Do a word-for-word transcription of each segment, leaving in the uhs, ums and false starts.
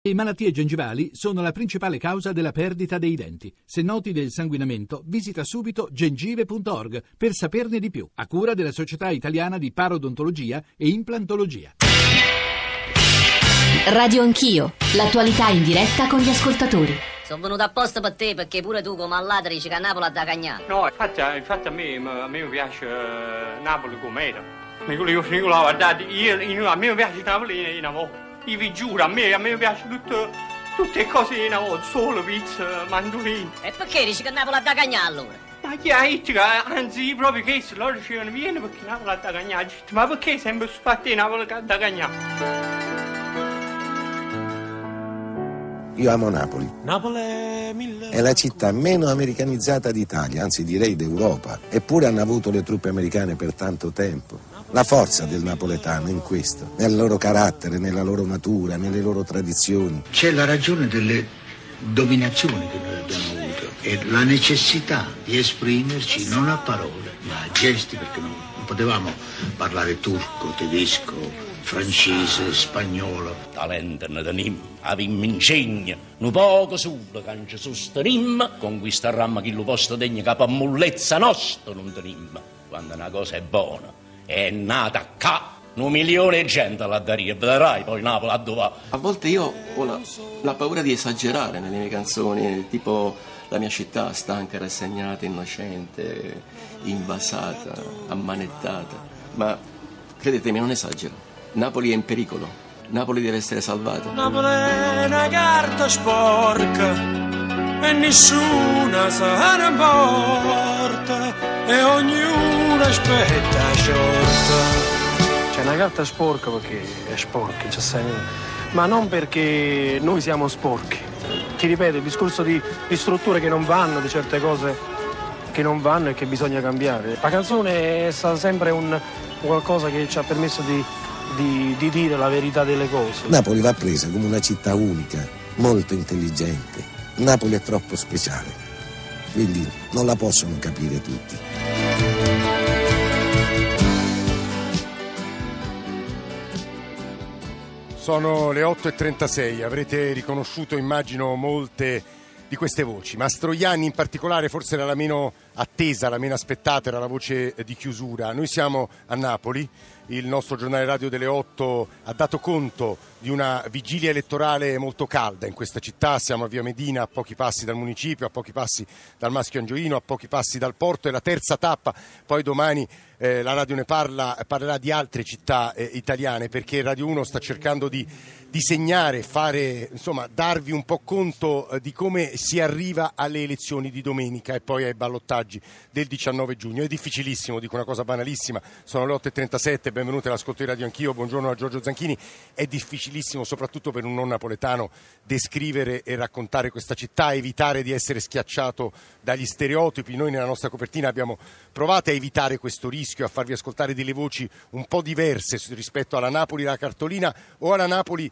Le malattie gengivali sono la principale causa della perdita dei denti. Se noti del sanguinamento, visita subito gengive punto org per saperne di più, a cura della Società Italiana di Parodontologia e Implantologia. Radio Anch'io, l'attualità in diretta con gli ascoltatori. Sono venuto apposta per te perché pure tu come all'altra dici che a Napoli ha da cagnare. No, infatti, infatti a, me, a me mi piace uh, Napoli com'era. Io, io, io, guardate, io, io, a me mi piace Napoli in avò. Io vi giuro, a me, a me piace tutto, tutte le cose in avò, solo pizza, mandolini. E perché dici che Napoli ha da cagnare allora? Ma chi ha detto che, anzi, proprio che se loro dicevano vieni perché Napoli ha da cagnare. Ma perché sempre su parte Napoli ha da cagnare? Io amo Napoli. Napoli è mille... È la città meno americanizzata d'Italia, anzi direi d'Europa. Eppure hanno avuto le truppe americane per tanto tempo. La forza del napoletano è in questo, nel loro carattere, nella loro natura, nelle loro tradizioni. C'è la ragione delle dominazioni che noi abbiamo avuto e la necessità di esprimerci non a parole, ma a gesti, perché non, non potevamo parlare turco, tedesco, francese, spagnolo. Talento ne tenim, avim ingegno, un poco solo che ci sostenim, con questa ramma che lo posto degno capo a mollezza nostra non tenim. Quando una cosa è buona, è nata qua, un milione di gente la daria, vedrai poi Napoli a dove. A volte io ho la, la paura di esagerare nelle mie canzoni, tipo la mia città stanca, rassegnata, innocente, invasata, ammanettata, ma credetemi, non esagero. Napoli è in pericolo, Napoli deve essere salvata. Napoli è una carta sporca e nessuna se ne porta e ognuno aspetta short. C'è una carta sporca perché è sporca, c'è sempre, ma non perché noi siamo sporchi. Ti ripeto, il discorso di, di strutture che non vanno, di certe cose che non vanno e che bisogna cambiare. La canzone è stata sempre un qualcosa che ci ha permesso di Di, di dire la verità delle cose. Napoli va presa come una città unica, molto intelligente. Napoli è troppo speciale, quindi non la possono capire tutti. Sono le otto e trentasei, avrete riconosciuto, immagino, molte di queste voci. Mastroianni in particolare forse era la meno attesa, la meno aspettata, era la voce di chiusura. Noi siamo a Napoli, il nostro giornale radio delle otto ha dato conto di una vigilia elettorale molto calda in questa città. Siamo a Via Medina, a pochi passi dal municipio, a pochi passi dal Maschio Angioino, a pochi passi dal porto, è la terza tappa. Poi domani eh, la radio ne parla, parlerà di altre città eh, italiane, perché Radio uno sta cercando di disegnare, fare, insomma, darvi un po' conto eh, di come si arriva alle elezioni di domenica e poi ai ballottaggi del diciannove giugno. È difficilissimo, dico una cosa banalissima, sono le otto e trentasette, benvenuti all'ascolto di Radio Anch'io, buongiorno a Giorgio Zanchini. È difficilissimo, soprattutto per un non napoletano, descrivere e raccontare questa città, evitare di essere schiacciato dagli stereotipi. Noi nella nostra copertina abbiamo provato a evitare questo rischio, a farvi ascoltare delle voci un po' diverse rispetto alla Napoli della cartolina o alla Napoli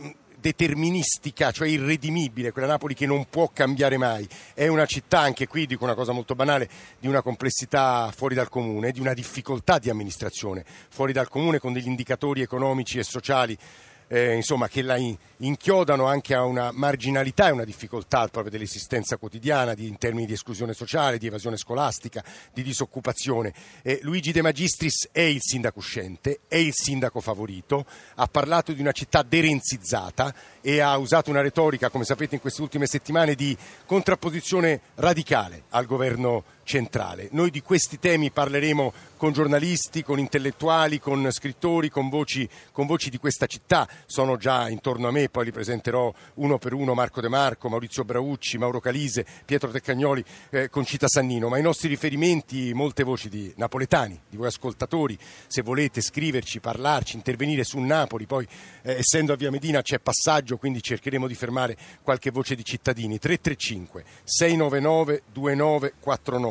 deterministica, cioè irredimibile, quella Napoli che non può cambiare mai. È una città, anche qui dico una cosa molto banale, di una complessità fuori dal comune, di una difficoltà di amministrazione fuori dal comune, con degli indicatori economici e sociali Eh, insomma, che la inchiodano anche a una marginalità e una difficoltà proprio dell'esistenza quotidiana, di, in termini di esclusione sociale, di evasione scolastica, di disoccupazione. Eh, Luigi De Magistris è il sindaco uscente, è il sindaco favorito, ha parlato di una città derenzizzata e ha usato una retorica, come sapete, in queste ultime settimane di contrapposizione radicale al governo centrale. Noi di questi temi parleremo con giornalisti, con intellettuali, con scrittori, con voci, con voci di questa città. Sono già intorno a me, poi li presenterò uno per uno: Marco De Marco, Maurizio Braucci, Mauro Calise, Pietro Teccagnoli, eh, Concita Sannino. Ma i nostri riferimenti, molte voci di napoletani, di voi ascoltatori. Se volete scriverci, parlarci, intervenire su Napoli, poi eh, essendo a Via Medina c'è passaggio, quindi cercheremo di fermare qualche voce di cittadini. tre tre cinque sei nove nove due nove quattro nove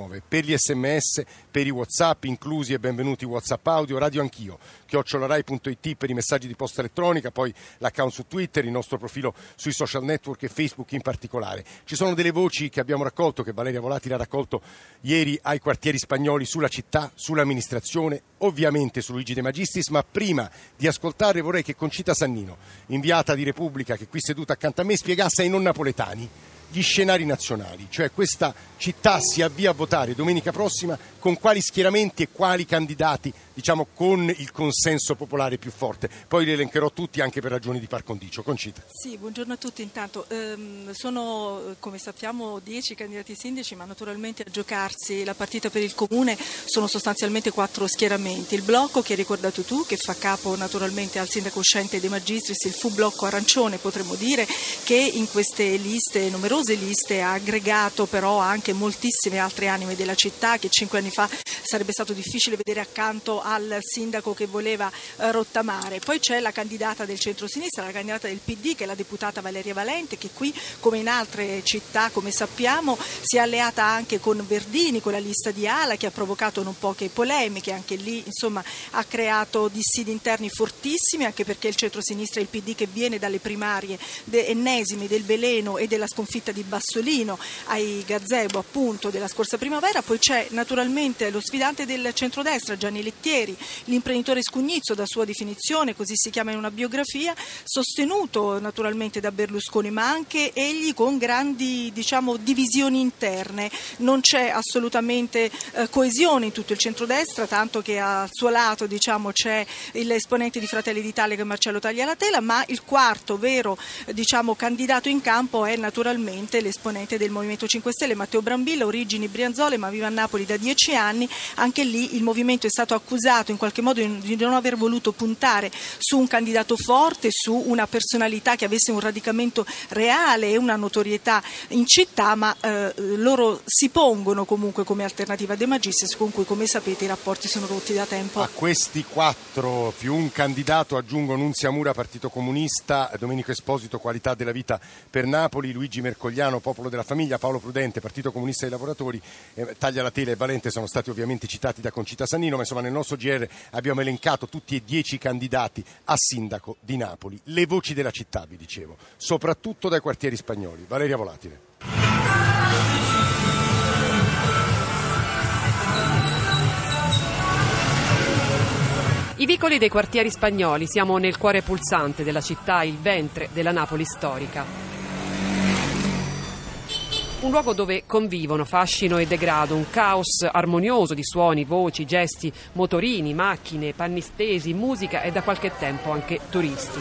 nove, per gli sms, per i WhatsApp, inclusi e benvenuti WhatsApp audio, radio anch'io, chiocciolarai punto it per i messaggi di posta elettronica, poi l'account su Twitter, il nostro profilo sui social network e Facebook in particolare. Ci sono delle voci che abbiamo raccolto, che Valeria Volatile ha raccolto ieri ai quartieri spagnoli, sulla città, sull'amministrazione, ovviamente su Luigi De Magistris, ma prima di ascoltare vorrei che Concita Sannino, inviata di Repubblica, che è qui seduta accanto a me, spiegasse ai non napoletani gli scenari nazionali, cioè questa città si avvia a votare domenica prossima con quali schieramenti e quali candidati, diciamo, con il consenso popolare più forte. Poi li elencherò tutti anche per ragioni di par condicio. Concita. Sì, buongiorno a tutti. Intanto ehm, sono, come sappiamo, dieci candidati sindaci, ma naturalmente a giocarsi la partita per il comune sono sostanzialmente quattro schieramenti. Il blocco che hai ricordato tu, che fa capo naturalmente al sindaco uscente De Magistris, il fu blocco arancione, potremmo dire, che in queste liste, numerose liste, ha aggregato però anche moltissime altre anime della città, che cinque anni fa sarebbe stato difficile vedere accanto al sindaco che voleva eh, rottamare. Poi c'è la candidata del centro-sinistra, la candidata del P D, che è la deputata Valeria Valente, che qui, come in altre città, come sappiamo, si è alleata anche con Verdini, con la lista di Ala, che ha provocato non poche polemiche. Anche lì, insomma, ha creato dissidi interni fortissimi, anche perché il centro-sinistra e il P D, che viene dalle primarie de- ennesime del Veleno e della sconfitta di Bassolino ai gazebo, appunto, della scorsa primavera. Poi c'è naturalmente lo sfidante del centrodestra, Gianni Lettieri, l'imprenditore scugnizzo da sua definizione, così si chiama in una biografia, sostenuto naturalmente da Berlusconi, ma anche egli con grandi, diciamo, divisioni interne. Non c'è assolutamente eh, coesione in tutto il centrodestra, tanto che al suo lato, diciamo, c'è l'esponente di Fratelli d'Italia, che è Marcello Taglialatela, ma il quarto vero eh, diciamo, candidato in campo è naturalmente l'esponente del Movimento cinque Stelle, Matteo Brambilla, origini brianzole ma vive a Napoli da dieci anni. Anche lì il movimento è stato accusato in qualche modo di non aver voluto puntare su un candidato forte, su una personalità che avesse un radicamento reale e una notorietà in città, ma eh, loro si pongono comunque come alternativa a De Magistris, con cui, come sapete, i rapporti sono rotti da tempo. A questi quattro più un candidato aggiungo Nunzia Mura, Partito Comunista, Domenico Esposito, Qualità della Vita per Napoli, Luigi Mercogliano, Popolo della Famiglia, Paolo Prudente, Partito Comunista dei Lavoratori, eh, Taglialatela e Valente sono stati ovviamente citati da Concita Sannino, ma insomma nel nostro G R abbiamo elencato tutti e dieci candidati a sindaco di Napoli. Le voci della città, vi dicevo, soprattutto dai quartieri spagnoli. Valeria Volatile. I vicoli dei quartieri spagnoli, siamo nel cuore pulsante della città, il ventre della Napoli storica. Un luogo dove convivono fascino e degrado, un caos armonioso di suoni, voci, gesti, motorini, macchine, panni stesi, musica e da qualche tempo anche turisti.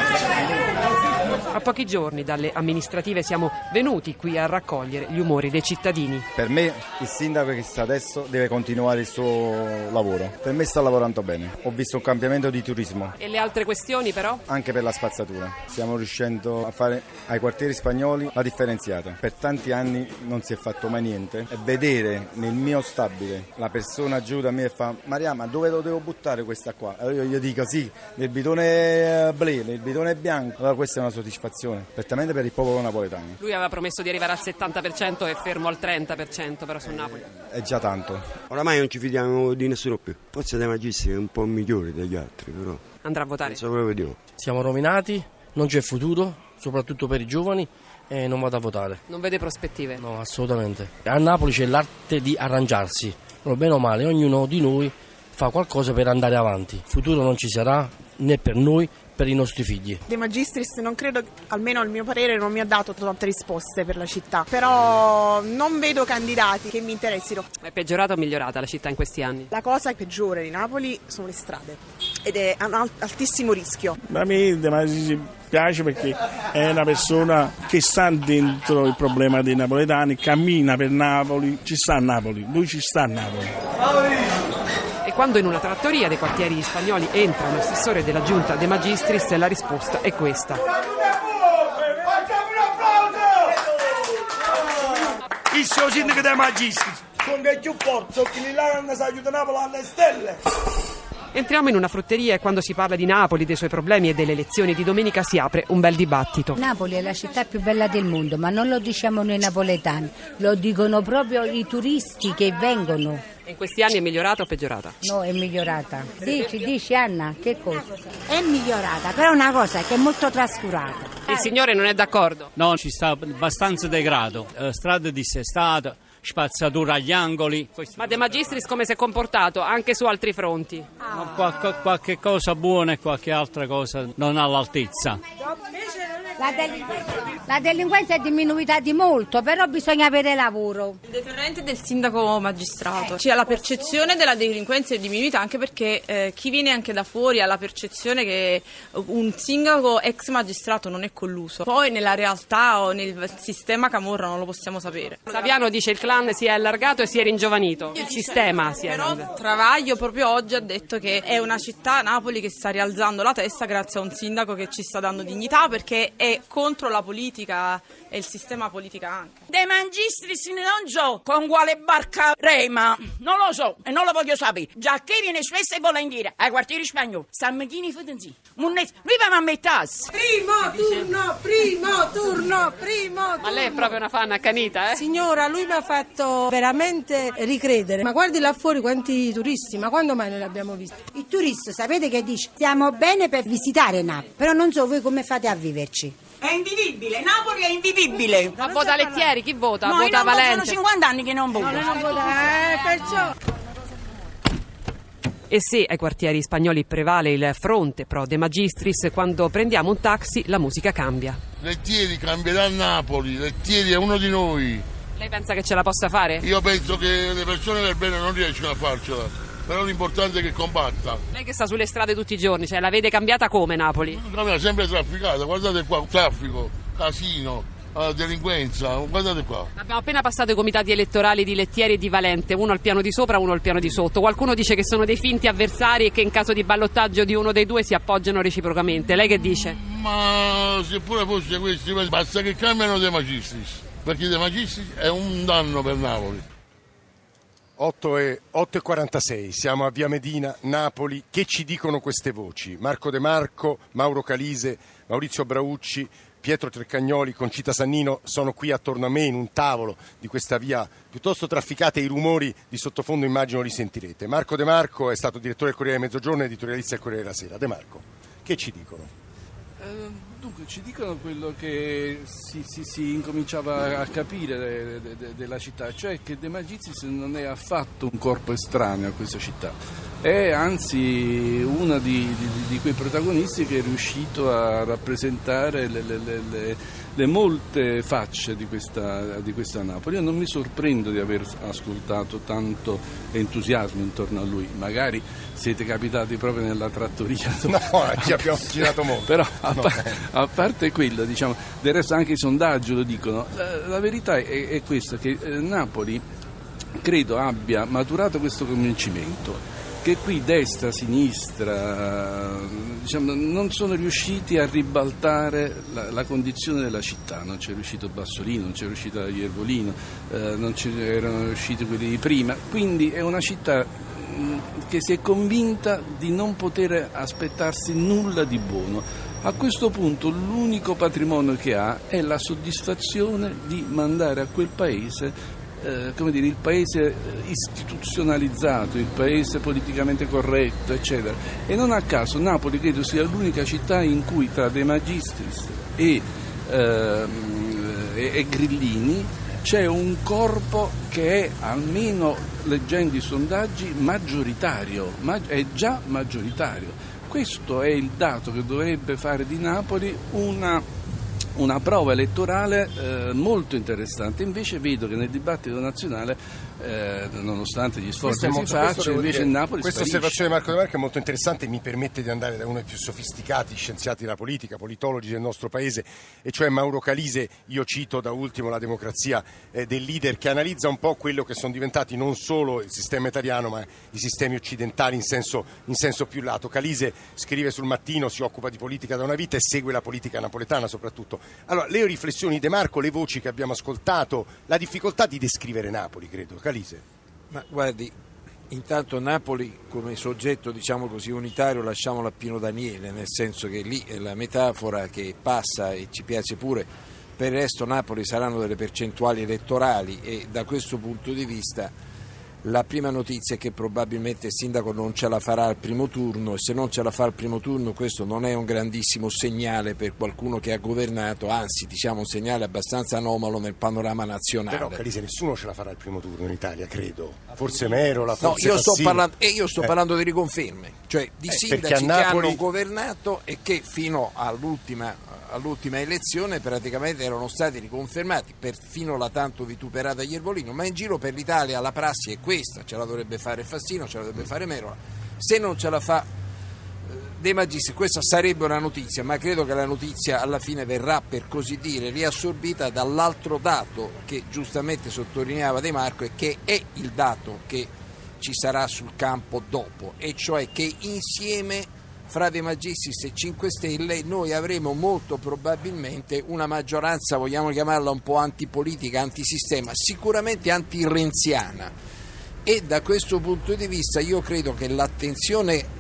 A pochi giorni dalle amministrative siamo venuti qui a raccogliere gli umori dei cittadini. Per me il sindaco che sta adesso deve continuare il suo lavoro. Per me sta lavorando bene. Ho visto un cambiamento di turismo. E le altre questioni però? Anche per la spazzatura. Stiamo riuscendo a fare ai quartieri spagnoli la differenziata. Per tanti anni non si è fatto mai niente e vedere nel mio stabile la persona giù da me e fa: Maria, ma dove lo devo buttare questa qua? Allora io, io dico sì, nel bidone blu, nel bidone bianco. Allora questa è una soddisfazione, prettamente per il popolo napoletano. Lui aveva promesso di arrivare al settanta per cento e fermo al trenta per cento però su Napoli. È già tanto. Oramai non ci fidiamo di nessuno più. Forse De Magistris è un po' migliore degli altri, però andrà a votare. Penso proprio di no. Siamo rovinati, non c'è futuro, soprattutto per i giovani, e non vado a votare. Non vede prospettive? No, assolutamente. A Napoli c'è l'arte di arrangiarsi, bene o male, ognuno di noi fa qualcosa per andare avanti. Il futuro non ci sarà né per noi, per i nostri figli. De Magistris non credo, almeno al mio parere, non mi ha dato tante risposte per la città, però non vedo candidati che mi interessino. È peggiorata o migliorata la città in questi anni? La cosa peggiore di Napoli sono le strade ed è un altissimo rischio. A me De Magistris piace perché è una persona che sta dentro il problema dei napoletani, cammina per Napoli, ci sta a Napoli, lui ci sta a Napoli. E quando in una trattoria dei quartieri spagnoli entra un assessore della giunta De Magistris, la risposta è questa. Il suo sindaco De Magistris, con che più forza, che li lanno si aiuta Napoli alle stelle. Entriamo in una frutteria e quando si parla di Napoli, dei suoi problemi e delle elezioni di domenica si apre un bel dibattito. Napoli è la città più bella del mondo, ma non lo diciamo noi napoletani, lo dicono proprio i turisti che vengono. In questi anni è migliorata o peggiorata? No, è migliorata. Dici, dici Anna, che cosa? È migliorata, però è una cosa che è molto trascurata. Il signore non è d'accordo? No, ci sta abbastanza degrado, eh, strade dissestate, spazzatura agli angoli. Ma De Magistris come si è comportato anche su altri fronti? Ma qualche, qualche cosa buona e qualche altra cosa non all'altezza. La delinquenza, la delinquenza è diminuita di molto, però bisogna avere lavoro. Il deferente del sindaco magistrato, cioè la percezione della delinquenza è diminuita anche perché eh, chi viene anche da fuori ha la percezione che un sindaco ex magistrato non è colluso. Poi nella realtà o nel sistema camorra non lo possiamo sapere. Saviano dice il clan si è allargato e si è ringiovanito, il sistema si è Però allargato. Travaglio proprio oggi ha detto che è una città, Napoli, che sta rialzando la testa grazie a un sindaco che ci sta dando dignità perché è contro la politica e il sistema politica anche. De Magistris non so con quale barca rema, non lo so e non lo voglio sapere. Già che viene spesso e volentieri ai quartieri spagnoli, stamattina fatenzi, munnet, lui va a mettersi. Primo turno, primo turno, primo turno. Ma lei è proprio una fan accanita, eh? Signora, lui mi ha fatto veramente ricredere. Ma guardi là fuori quanti turisti, ma quando mai noi li abbiamo visti? Il turista, sapete che dice? Stiamo bene per visitare Napoli, però non so voi come fate a viverci. È invivibile, Napoli è invivibile. Ma vota Lettieri, chi vota? Noi Vota non Valente. sono cinquanta anni che non voto. No, non vota, eh, perciò. E se ai quartieri spagnoli prevale il fronte pro De Magistris, quando prendiamo un taxi la musica cambia. Lettieri cambierà a Napoli, Lettieri è uno di noi. Lei pensa che ce la possa fare? Io penso che le persone del bene non riescono a farcela. Però l'importante è che combatta. Lei che sta sulle strade tutti i giorni, cioè la vede cambiata come Napoli? Cammina sempre trafficata, guardate qua, traffico, casino, uh, delinquenza, guardate qua. Abbiamo appena passato i comitati elettorali di Lettieri e di Valente, uno al piano di sopra, uno al piano di sotto. Qualcuno dice che sono dei finti avversari e che in caso di ballottaggio di uno dei due si appoggiano reciprocamente. Lei che dice? Ma seppure fosse questi, basta che cambiano De Magistris, perché De Magistris è un danno per Napoli. otto e quarantasei, siamo a Via Medina, Napoli. Che ci dicono queste voci? Marco De Marco, Mauro Calise, Maurizio Braucci, Pietro Trecagnoli, Concita Sannino sono qui attorno a me in un tavolo di questa via piuttosto trafficata e i rumori di sottofondo immagino li sentirete. Marco De Marco è stato direttore del Corriere del Mezzogiorno e editorialista del Corriere della Sera. De Marco, che ci dicono? Dunque ci dicono quello che si, si, si incominciava a capire de, de, de, della città, cioè che De Magistris non è affatto un corpo estraneo a questa città, è anzi uno di, di, di quei protagonisti che è riuscito a rappresentare le, le, le, le, le molte facce di questa, di questa Napoli. Io non mi sorprendo di aver ascoltato tanto entusiasmo intorno a lui, magari siete capitati proprio nella trattoria. No, ci abbiamo girato molto. Però a, no. pa- a parte quello, diciamo, del resto anche i sondaggi lo dicono, la, la verità è, è questa, che eh, Napoli credo abbia maturato questo convincimento che qui destra, sinistra, diciamo, non sono riusciti a ribaltare la, la condizione della città. Non c'è riuscito Bassolino, non c'è riuscito Iervolino, eh, non c'erano riusciti quelli di prima, quindi è una città mh, che si è convinta di non poter aspettarsi nulla di buono. A questo punto l'unico patrimonio che ha è la soddisfazione di mandare a quel paese Eh, come dire, il paese istituzionalizzato, il paese politicamente corretto, eccetera. E non a caso Napoli credo sia l'unica città in cui tra De Magistris e, eh, e, e Grillini c'è un corpo che è, almeno leggendo i sondaggi, maggioritario, ma- è già maggioritario. Questo è il dato che dovrebbe fare di Napoli una una prova elettorale eh, molto interessante. Invece vedo che nel dibattito nazionale, eh, nonostante gli sforzi che si facciano, invece in Napoli questa sparisce. osservazione di Marco De Marco è molto interessante e mi permette di andare da uno dei più sofisticati scienziati della politica, politologi del nostro paese, e cioè Mauro Calise. Io cito da ultimo La democrazia eh, del leader, che analizza un po' quello che sono diventati non solo il sistema italiano ma i sistemi occidentali in senso, in senso più lato. Calise scrive sul Mattino, si occupa di politica da una vita e segue la politica napoletana soprattutto. Allora, le riflessioni De Marco, le voci che abbiamo ascoltato, la difficoltà di descrivere Napoli, credo. Calise. Ma guardi, Intanto Napoli come soggetto, diciamo così, unitario lasciamolo a Pino Daniele, nel senso che lì è la metafora che passa e ci piace pure. Per il resto Napoli saranno delle percentuali elettorali e da questo punto di vista la prima notizia è che probabilmente il sindaco non ce la farà al primo turno, e se non ce la fa al primo turno questo non è un grandissimo segnale per qualcuno che ha governato, anzi diciamo un segnale abbastanza anomalo nel panorama nazionale. Però Calise, nessuno ce la farà al primo turno in Italia, credo. Forse Merola, forse No, io sto, Fassino. parlando, e io sto eh. parlando di riconferme, cioè di Eh, sindaci perché a Napoli- che hanno governato e che fino all'ultima all'ultima elezione praticamente erano stati riconfermati, perfino la tanto vituperata Iervolino, ma in giro per l'Italia la prassi è questa, ce la dovrebbe fare Fassino, ce la dovrebbe fare Merola, se non ce la fa De Magistris, questa sarebbe una notizia, ma credo che la notizia alla fine verrà, per così dire, riassorbita dall'altro dato che giustamente sottolineava De Marco e che è il dato che ci sarà sul campo dopo, e cioè che insieme fra De Magistris e cinque Stelle noi avremo molto probabilmente una maggioranza, vogliamo chiamarla un po' antipolitica, antisistema, sicuramente anti-renziana, e da questo punto di vista io credo che l'attenzione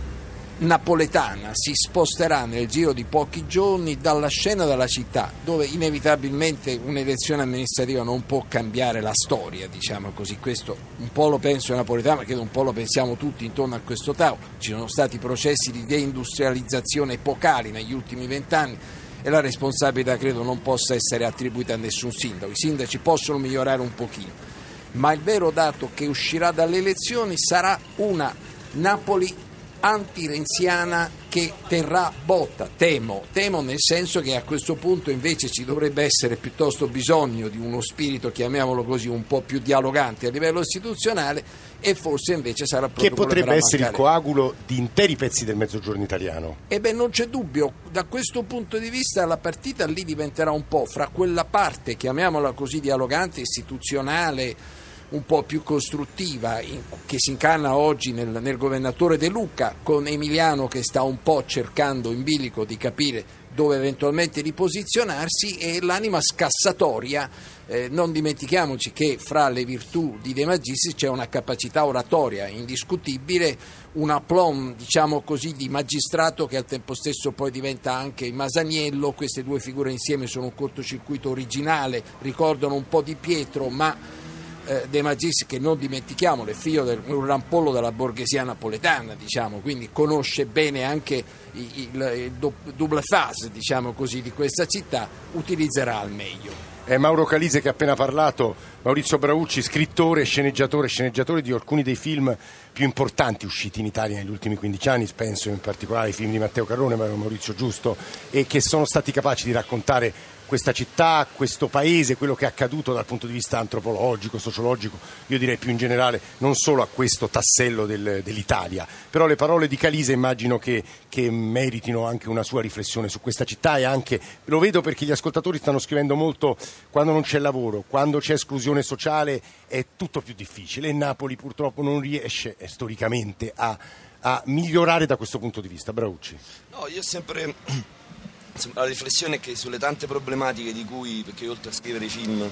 napoletana si sposterà nel giro di pochi giorni dalla scena della città, dove inevitabilmente un'elezione amministrativa non può cambiare la storia, diciamo così. Questo un po' lo penso napoletano, ma credo un po' lo pensiamo tutti intorno a questo tavolo. Ci sono stati processi di deindustrializzazione epocali negli ultimi vent'anni e la responsabilità credo non possa essere attribuita a nessun sindaco. I sindaci possono migliorare un pochino, ma il vero dato che uscirà dalle elezioni sarà una Napoli anti-renziana che terrà botta, temo, temo nel senso che a questo punto invece ci dovrebbe essere piuttosto bisogno di uno spirito, chiamiamolo così, un po' più dialogante a livello istituzionale, e forse invece sarà proprio che potrebbe essere mancare. il coagulo di interi pezzi del mezzogiorno italiano. E beh, non c'è dubbio, da questo punto di vista la partita lì diventerà un po' fra quella parte, chiamiamola così, dialogante, istituzionale, un po' più costruttiva, in, che si incarna oggi nel, nel governatore De Luca, con Emiliano che sta un po' cercando in bilico di capire dove eventualmente riposizionarsi, e l'anima scassatoria. Eh, non dimentichiamoci che fra le virtù di De Magistris c'è una capacità oratoria indiscutibile, un aplomb, diciamo così, di magistrato che al tempo stesso poi diventa anche il Masaniello. Queste due figure insieme sono un cortocircuito originale, ricordano un po' di Pietro, ma De Magistris, che non dimentichiamo, è figlio di un rampollo della borghesia napoletana, diciamo, quindi conosce bene anche il, il, il double face, diciamo così, di questa città, utilizzerà al meglio. È Mauro Calise che ha appena parlato, Maurizio Braucci, scrittore, sceneggiatore, sceneggiatore di alcuni dei film più importanti usciti in Italia negli ultimi quindici anni, penso in particolare ai film di Matteo Carrone, Maurizio Giusto, e che sono stati capaci di raccontare questa città, questo paese, quello che è accaduto dal punto di vista antropologico, sociologico, io direi più in generale, non solo a questo tassello del, dell'Italia. Però le parole di Calise immagino che, che meritino anche una sua riflessione su questa città, e anche, lo vedo perché gli ascoltatori stanno scrivendo molto, quando non c'è lavoro, quando c'è esclusione sociale è tutto più difficile, e Napoli purtroppo non riesce eh, storicamente a, a migliorare da questo punto di vista. Braucci. No, io sempre... la riflessione è che sulle tante problematiche di cui, perché io oltre a scrivere i film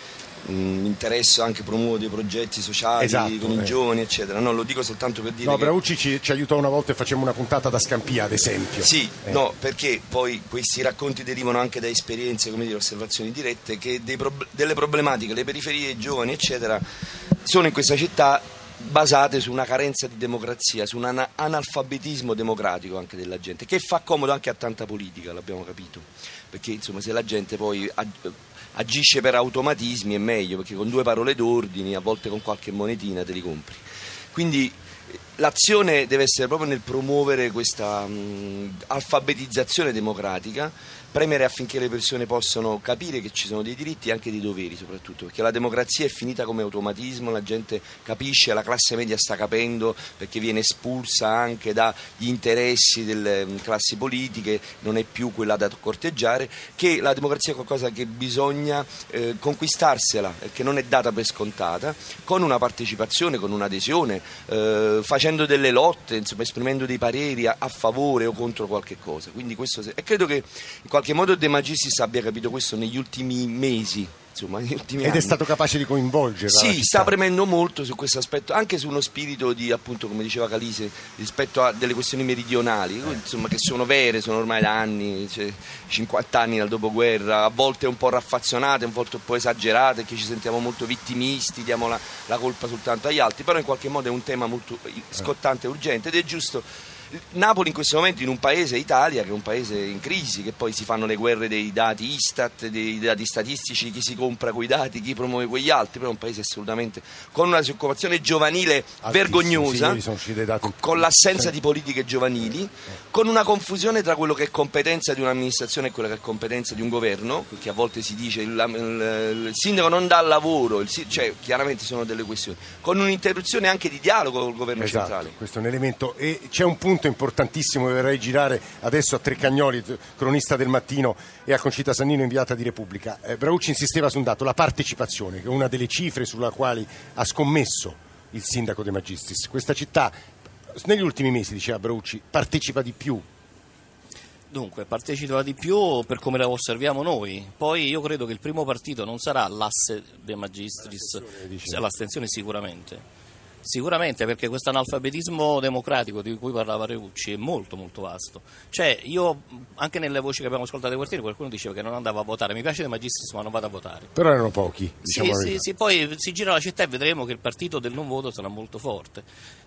mi interesso anche, promuovo dei progetti sociali, esatto, con i eh. giovani eccetera, no, lo dico soltanto per dire no, che... Braucci ci, ci aiutò una volta e facemmo una puntata da Scampia ad esempio. Sì, eh. no, perché poi questi racconti derivano anche da esperienze, come dire, osservazioni dirette, che dei prob- delle problematiche, le periferie, i giovani eccetera sono in questa città basate su una carenza di democrazia, su un analfabetismo democratico anche della gente, che fa comodo anche a tanta politica, l'abbiamo capito, perché insomma se la gente poi agisce per automatismi è meglio, perché con due parole d'ordine, a volte con qualche monetina te li compri. Quindi l'azione deve essere proprio nel promuovere questa mh, alfabetizzazione democratica, premere affinché le persone possano capire che ci sono dei diritti e anche dei doveri, soprattutto perché la democrazia è finita come automatismo, la gente capisce, la classe media sta capendo, perché viene espulsa anche dagli interessi delle classi politiche, non è più quella da corteggiare, che la democrazia è qualcosa che bisogna eh, conquistarsela, che non è data per scontata, con una partecipazione, con un'adesione, eh, facendo delle lotte, insomma, esprimendo dei pareri a, a favore o contro qualche cosa. Quindi questo, e credo che in qualche modo De Magistris abbia capito questo negli ultimi mesi, insomma, negli ultimi Ed anni. è stato capace di coinvolgere. Sì, sta premendo molto su questo aspetto, anche su uno spirito di, appunto, come diceva Calise, rispetto a delle questioni meridionali, eh. insomma, che sono vere, sono ormai da anni, cioè, cinquanta anni dal dopoguerra, a volte un po' raffazzonate, a volte un po' esagerate, che ci sentiamo molto vittimisti, diamo la, la colpa soltanto agli altri, però in qualche modo è un tema molto scottante e urgente, ed è giusto. Napoli in questo momento in un paese, Italia, che è un paese in crisi, che poi si fanno le guerre dei dati Istat, dei dati statistici, chi si compra quei dati, chi promuove quegli altri, però è un paese assolutamente con una disoccupazione giovanile altissimo, vergognosa, sì, dati... con l'assenza di politiche giovanili, con una confusione tra quello che è competenza di un'amministrazione e quella che è competenza di un governo, perché a volte si dice il, il, il sindaco non dà lavoro, il, cioè chiaramente sono delle questioni, con un'interruzione anche di dialogo col governo esatto, centrale. Questo è un elemento, e c'è un punto importantissimo che vorrei girare adesso a Treccagnoli, cronista del Mattino, e a Concita Sannino, inviata di Repubblica. eh, Braucci insisteva su un dato, la partecipazione, che è una delle cifre sulla quali ha scommesso il sindaco De Magistris. Questa città negli ultimi mesi, diceva Braucci, partecipa di più. Dunque, partecipa di più per come la osserviamo noi. Poi io credo che il primo partito non sarà l'asse De Magistris, l'astensione sicuramente. Sicuramente, perché questo analfabetismo democratico di cui parlava Reucci è molto molto vasto. Cioè, io anche nelle voci che abbiamo ascoltato ai quartieri qualcuno diceva che non andava a votare. Mi piace De Magistris, ma non vado a votare. Però erano pochi, diciamo. Sì, sì, sì, poi si gira la città e vedremo che il partito del non voto sarà molto forte.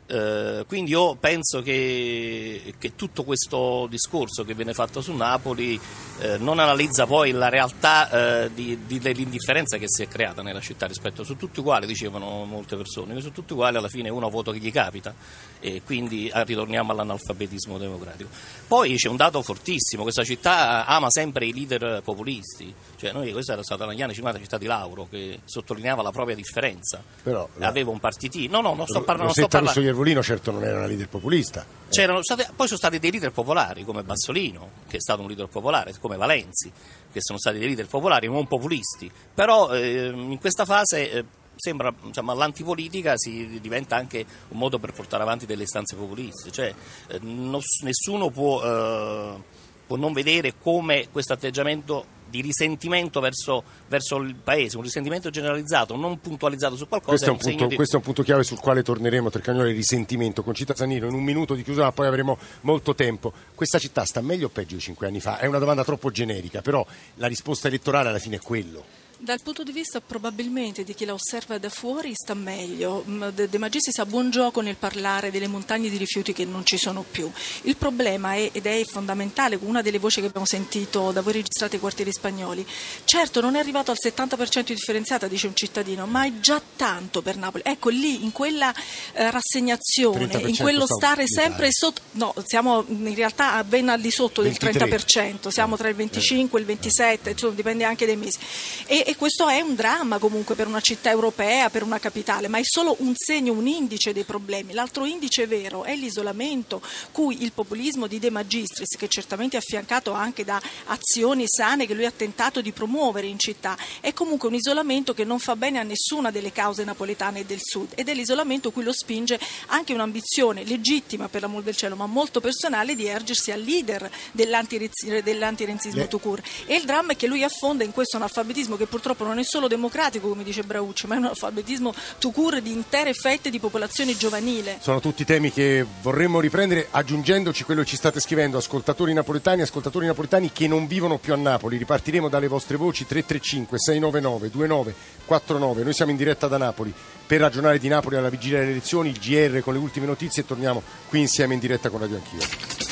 Eh, quindi io penso che, che tutto questo discorso che viene fatto su Napoli eh, non analizza poi la realtà eh, di, di, dell'indifferenza che si è creata nella città rispetto, su tutti uguali, dicevano molte persone, che su tutti uguali alla fine uno vota che gli capita, e quindi ritorniamo all'analfabetismo democratico. Poi c'è un dato fortissimo: questa città ama sempre i leader populisti, cioè noi, questa era stata negli anni cinquanta la città di Lauro, che sottolineava la propria differenza. Però aveva un partitino, no no non sto parlando, Rosetta Russo Iervolino certo non era una leader populista. C'erano state, poi sono stati dei leader popolari come Bassolino, che è stato un leader popolare, come Valenzi, che sono stati dei leader popolari non populisti, però eh, in questa fase eh, sembra, diciamo, l'antipolitica si diventa anche un modo per portare avanti delle istanze populiste, cioè eh, non, nessuno può, eh, può non vedere come questo atteggiamento di risentimento verso, verso il paese, un risentimento generalizzato, non puntualizzato su qualcosa. Questo è un, è un punto, di... questo è un punto chiave sul quale torneremo, Treccagnoli, il risentimento. Concita Sannino, in un minuto di chiusura, poi avremo molto tempo. Questa città sta meglio o peggio di cinque anni fa? È una domanda troppo generica, però la risposta elettorale alla fine è quello. Dal punto di vista probabilmente di chi la osserva da fuori sta meglio. De, De Magistris ha buon gioco nel parlare delle montagne di rifiuti che non ci sono più. Il problema è, ed è fondamentale, una delle voci che abbiamo sentito da voi registrate ai quartieri spagnoli, certo non è arrivato al settanta per cento differenziata, dice un cittadino, ma è già tanto per Napoli. Ecco, lì in quella eh, rassegnazione, in quello stare sempre sotto, no, siamo in realtà ben al di sotto del ventitré trenta per cento, siamo tra il venticinque e il ventisette, insomma, dipende anche dai mesi. E, E questo è un dramma comunque per una città europea, per una capitale, ma è solo un segno, un indice dei problemi. L'altro indice vero è l'isolamento, cui il populismo di De Magistris, che certamente è affiancato anche da azioni sane che lui ha tentato di promuovere in città, è comunque un isolamento che non fa bene a nessuna delle cause napoletane e del sud, ed è l'isolamento cui lo spinge anche un'ambizione legittima, per l'amor del cielo, ma molto personale, di ergersi al leader dell'antirenzismo tout court. E il dramma è che lui affonda in questo analfabetismo che purtroppo non è solo democratico, come dice Braucci, ma è un analfabetismo tout court di intere fette di popolazione giovanile. Sono tutti temi che vorremmo riprendere, aggiungendoci quello che ci state scrivendo, ascoltatori napoletani, ascoltatori napoletani che non vivono più a Napoli. Ripartiremo dalle vostre voci. Tre tre cinque sei nove nove due nove quattro nove. Noi siamo in diretta da Napoli per ragionare di Napoli alla vigilia delle elezioni, il G R con le ultime notizie, e torniamo qui insieme in diretta con Radio Anch'io.